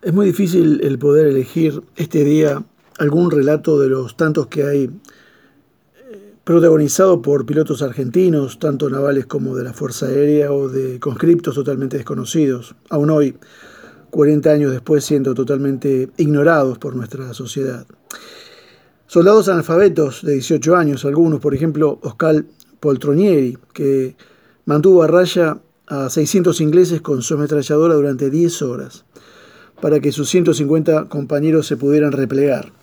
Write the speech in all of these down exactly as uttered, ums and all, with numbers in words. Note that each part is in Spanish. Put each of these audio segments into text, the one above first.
Es muy difícil el poder elegir este día algún relato de los tantos que hay protagonizado por pilotos argentinos, tanto navales como de la Fuerza Aérea o de conscriptos totalmente desconocidos, aún hoy, cuarenta años después, siendo totalmente ignorados por nuestra sociedad. Soldados analfabetos de dieciocho años, algunos, por ejemplo, Oscar Poltronieri, que mantuvo a raya a seiscientos ingleses con su ametralladora durante diez horas, para que sus ciento cincuenta compañeros se pudieran replegar.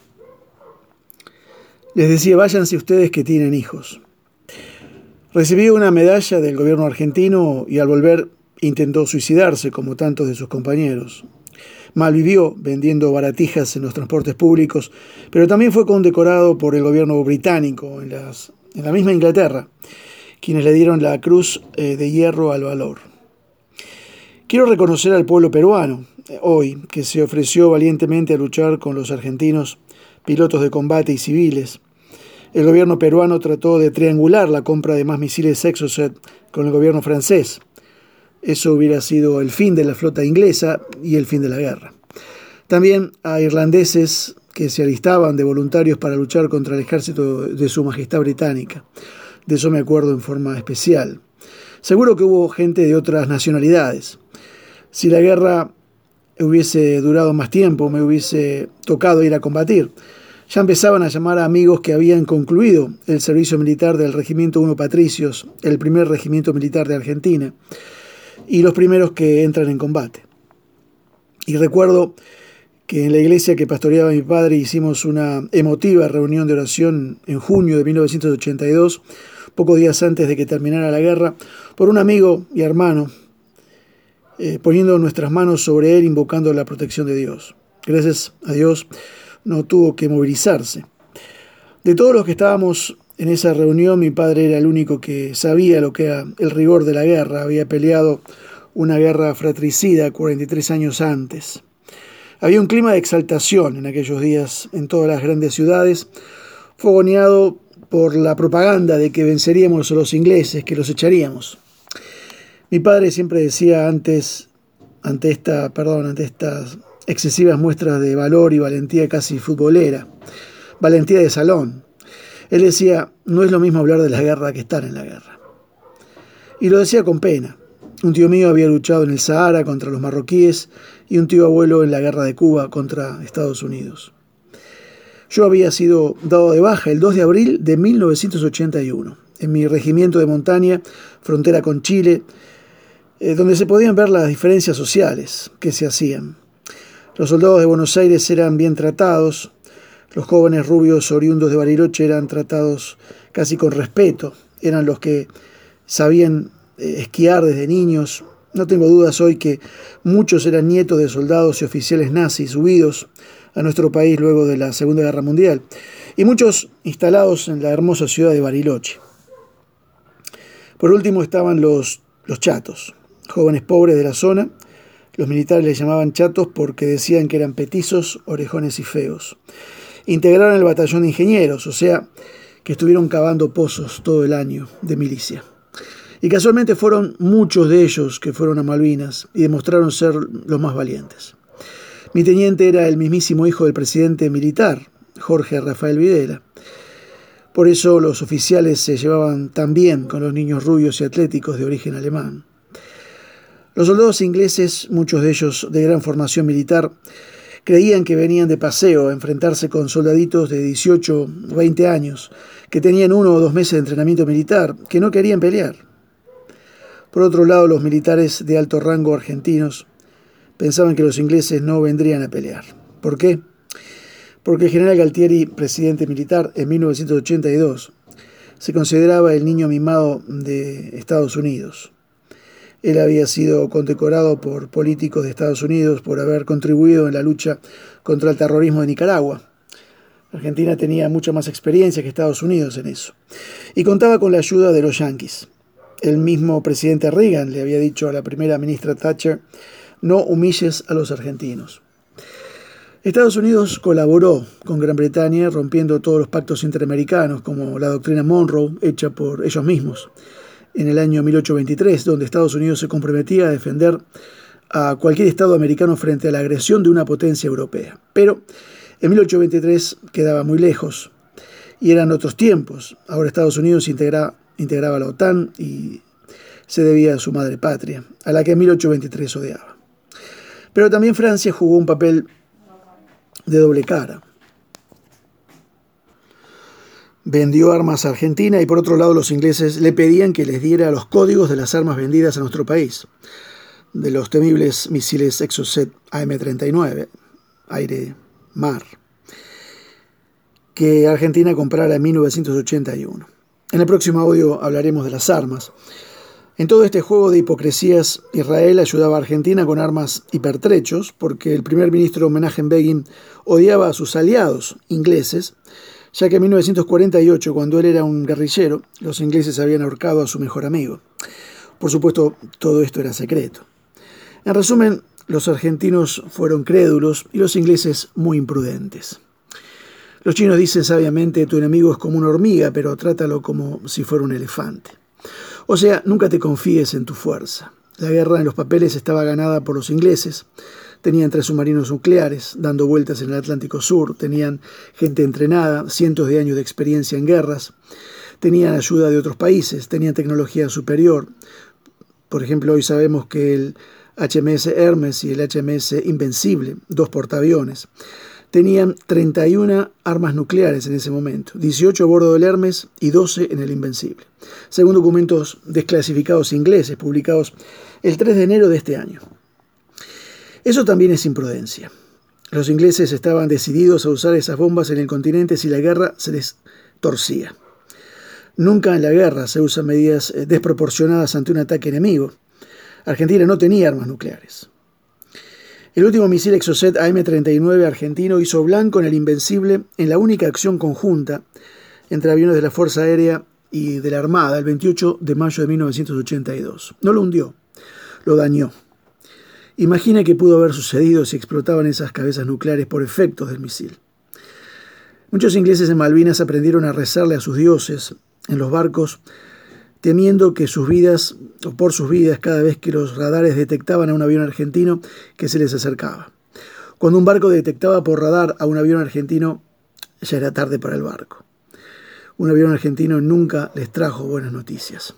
Les decía, váyanse ustedes que tienen hijos. Recibió una medalla del gobierno argentino y al volver intentó suicidarse como tantos de sus compañeros. Malvivió vendiendo baratijas en los transportes públicos, pero también fue condecorado por el gobierno británico en, las, en la misma Inglaterra, quienes le dieron la Cruz eh, de Hierro al Valor. Quiero reconocer al pueblo peruano, eh, hoy, que se ofreció valientemente a luchar con los argentinos, pilotos de combate y civiles. El gobierno peruano trató de triangular la compra de más misiles Exocet con el gobierno francés. Eso hubiera sido el fin de la flota inglesa y el fin de la guerra. También a irlandeses que se alistaban de voluntarios para luchar contra el ejército de su majestad británica. De eso me acuerdo en forma especial. Seguro que hubo gente de otras nacionalidades. Si la guerra hubiese durado más tiempo, me hubiese tocado ir a combatir. Ya empezaban a llamar a amigos que habían concluido el servicio militar del Regimiento uno Patricios, el primer regimiento militar de Argentina, y los primeros que entran en combate. Y recuerdo que en la iglesia que pastoreaba mi padre hicimos una emotiva reunión de oración en junio de mil novecientos ochenta y dos, pocos días antes de que terminara la guerra, por un amigo y hermano, eh, poniendo nuestras manos sobre él, invocando la protección de Dios. Gracias a Dios no tuvo que movilizarse. De todos los que estábamos en esa reunión, mi padre era el único que sabía lo que era el rigor de la guerra. Había peleado una guerra fratricida cuarenta y tres años antes. Había un clima de exaltación en aquellos días en todas las grandes ciudades, fogoneado por la propaganda de que venceríamos a los ingleses, que los echaríamos. Mi padre siempre decía antes, ante esta, perdón, ante estas excesivas muestras de valor y valentía casi futbolera, valentía de salón. Él decía, no es lo mismo hablar de la guerra que estar en la guerra. Y lo decía con pena. Un tío mío había luchado en el Sahara contra los marroquíes y un tío abuelo en la guerra de Cuba contra Estados Unidos. Yo había sido dado de baja el dos de abril de mil novecientos ochenta y uno, en mi regimiento de montaña, frontera con Chile, eh, donde se podían ver las diferencias sociales que se hacían. Los soldados de Buenos Aires eran bien tratados, los jóvenes rubios oriundos de Bariloche eran tratados casi con respeto, eran los que sabían eh, esquiar desde niños. No tengo dudas hoy que muchos eran nietos de soldados y oficiales nazis huidos a nuestro país luego de la Segunda Guerra Mundial, y muchos instalados en la hermosa ciudad de Bariloche. Por último estaban los, los chatos, jóvenes pobres de la zona. Los militares les llamaban chatos porque decían que eran petizos, orejones y feos. Integraron el batallón de ingenieros, o sea, que estuvieron cavando pozos todo el año de milicia. Y casualmente fueron muchos de ellos que fueron a Malvinas y demostraron ser los más valientes. Mi teniente era el mismísimo hijo del presidente militar, Jorge Rafael Videla. Por eso los oficiales se llevaban tan bien con los niños rubios y atléticos de origen alemán. Los soldados ingleses, muchos de ellos de gran formación militar, creían que venían de paseo a enfrentarse con soldaditos de dieciocho o veinte años, que tenían uno o dos meses de entrenamiento militar, que no querían pelear. Por otro lado, los militares de alto rango argentinos pensaban que los ingleses no vendrían a pelear. ¿Por qué? Porque el general Galtieri, presidente militar en mil novecientos ochenta y dos, se consideraba el niño mimado de Estados Unidos. Él había sido condecorado por políticos de Estados Unidos por haber contribuido en la lucha contra el terrorismo de Nicaragua. Argentina tenía mucha más experiencia que Estados Unidos en eso. Y contaba con la ayuda de los yanquis. El mismo presidente Reagan le había dicho a la primera ministra Thatcher, no humilles a los argentinos. Estados Unidos colaboró con Gran Bretaña rompiendo todos los pactos interamericanos, como la doctrina Monroe, hecha por ellos mismos, en el año mil ochocientos veintitrés, donde Estados Unidos se comprometía a defender a cualquier Estado americano frente a la agresión de una potencia europea. Pero en mil ochocientos veintitrés quedaba muy lejos y eran otros tiempos. Ahora Estados Unidos integra, integraba la OTAN y se debía a su madre patria, a la que en mil ochocientos veintitrés odiaba. Pero también Francia jugó un papel de doble cara. Vendió armas a Argentina y por otro lado los ingleses le pedían que les diera los códigos de las armas vendidas a nuestro país, de los temibles misiles Exocet A M treinta y nueve, aire-mar, que Argentina comprara en mil novecientos ochenta y uno. En el próximo audio hablaremos de las armas. En todo este juego de hipocresías, Israel ayudaba a Argentina con armas y pertrechos, porque el primer ministro Menachem Begin odiaba a sus aliados ingleses, ya que en mil novecientos cuarenta y ocho, cuando él era un guerrillero, los ingleses habían ahorcado a su mejor amigo. Por supuesto, todo esto era secreto. En resumen, los argentinos fueron crédulos y los ingleses muy imprudentes. Los chinos dicen sabiamente: tu enemigo es como una hormiga, pero trátalo como si fuera un elefante. O sea, nunca te confíes en tu fuerza. La guerra en los papeles estaba ganada por los ingleses. Tenían tres submarinos nucleares dando vueltas en el Atlántico Sur, tenían gente entrenada, cientos de años de experiencia en guerras, tenían ayuda de otros países, tenían tecnología superior. Por ejemplo, hoy sabemos que el H M S Hermes y el H M S Invencible, dos portaaviones, tenían treinta y una armas nucleares en ese momento, dieciocho a bordo del Hermes y doce en el Invencible, según documentos desclasificados ingleses publicados el tres de enero de este año. Eso también es imprudencia. Los ingleses estaban decididos a usar esas bombas en el continente si la guerra se les torcía. Nunca en la guerra se usan medidas desproporcionadas ante un ataque enemigo. Argentina no tenía armas nucleares. El último misil Exocet A M treinta y nueve argentino hizo blanco en el Invencible en la única acción conjunta entre aviones de la Fuerza Aérea y de la Armada el veintiocho de mayo de mil novecientos ochenta y dos. No lo hundió, lo dañó. Imagina qué pudo haber sucedido si explotaban esas cabezas nucleares por efectos del misil. Muchos ingleses en Malvinas aprendieron a rezarle a sus dioses en los barcos, temiendo que sus vidas, o por sus vidas, cada vez que los radares detectaban a un avión argentino que se les acercaba. Cuando un barco detectaba por radar a un avión argentino, ya era tarde para el barco. Un avión argentino nunca les trajo buenas noticias.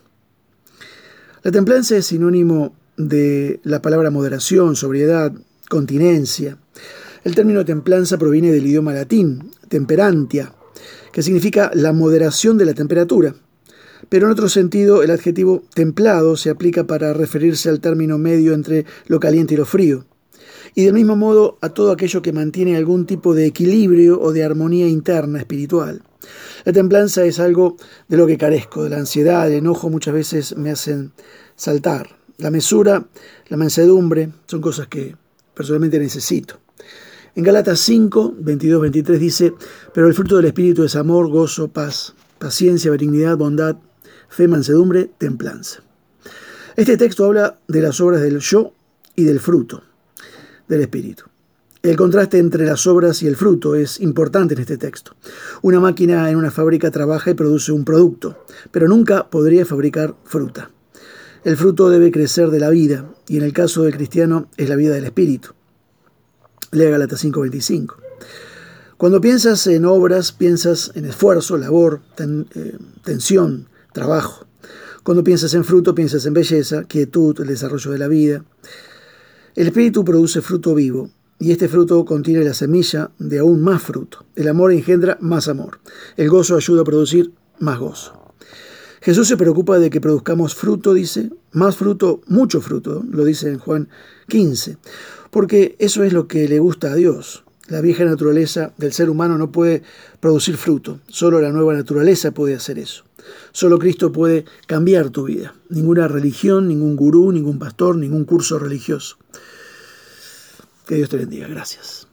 La templanza es sinónimo de la palabra moderación, sobriedad, continencia. El término templanza proviene del idioma latín, temperantia, que significa la moderación de la temperatura. Pero en otro sentido, el adjetivo templado se aplica para referirse al término medio entre lo caliente y lo frío. Y del mismo modo a todo aquello que mantiene algún tipo de equilibrio o de armonía interna espiritual. La templanza es algo de lo que carezco, de la ansiedad, el enojo muchas veces me hacen saltar. La mesura, la mansedumbre, son cosas que personalmente necesito. En Gálatas cinco, veintidós, veintitrés dice: pero el fruto del Espíritu es amor, gozo, paz, paciencia, benignidad, bondad, fe, mansedumbre, templanza. Este texto habla de las obras del yo y del fruto del Espíritu. El contraste entre las obras y el fruto es importante en este texto. Una máquina en una fábrica trabaja y produce un producto, pero nunca podría fabricar fruta. El fruto debe crecer de la vida, y en el caso del cristiano es la vida del Espíritu. Lea Gálatas cinco veinticinco. Cuando piensas en obras, piensas en esfuerzo, labor, ten, eh, tensión, trabajo. Cuando piensas en fruto, piensas en belleza, quietud, el desarrollo de la vida. El Espíritu produce fruto vivo, y este fruto contiene la semilla de aún más fruto. El amor engendra más amor. El gozo ayuda a producir más gozo. Jesús se preocupa de que produzcamos fruto, dice, más fruto, mucho fruto, lo dice en Juan quince, porque eso es lo que le gusta a Dios. La vieja naturaleza del ser humano no puede producir fruto, solo la nueva naturaleza puede hacer eso. Solo Cristo puede cambiar tu vida. Ninguna religión, ningún gurú, ningún pastor, ningún curso religioso. Que Dios te bendiga. Gracias.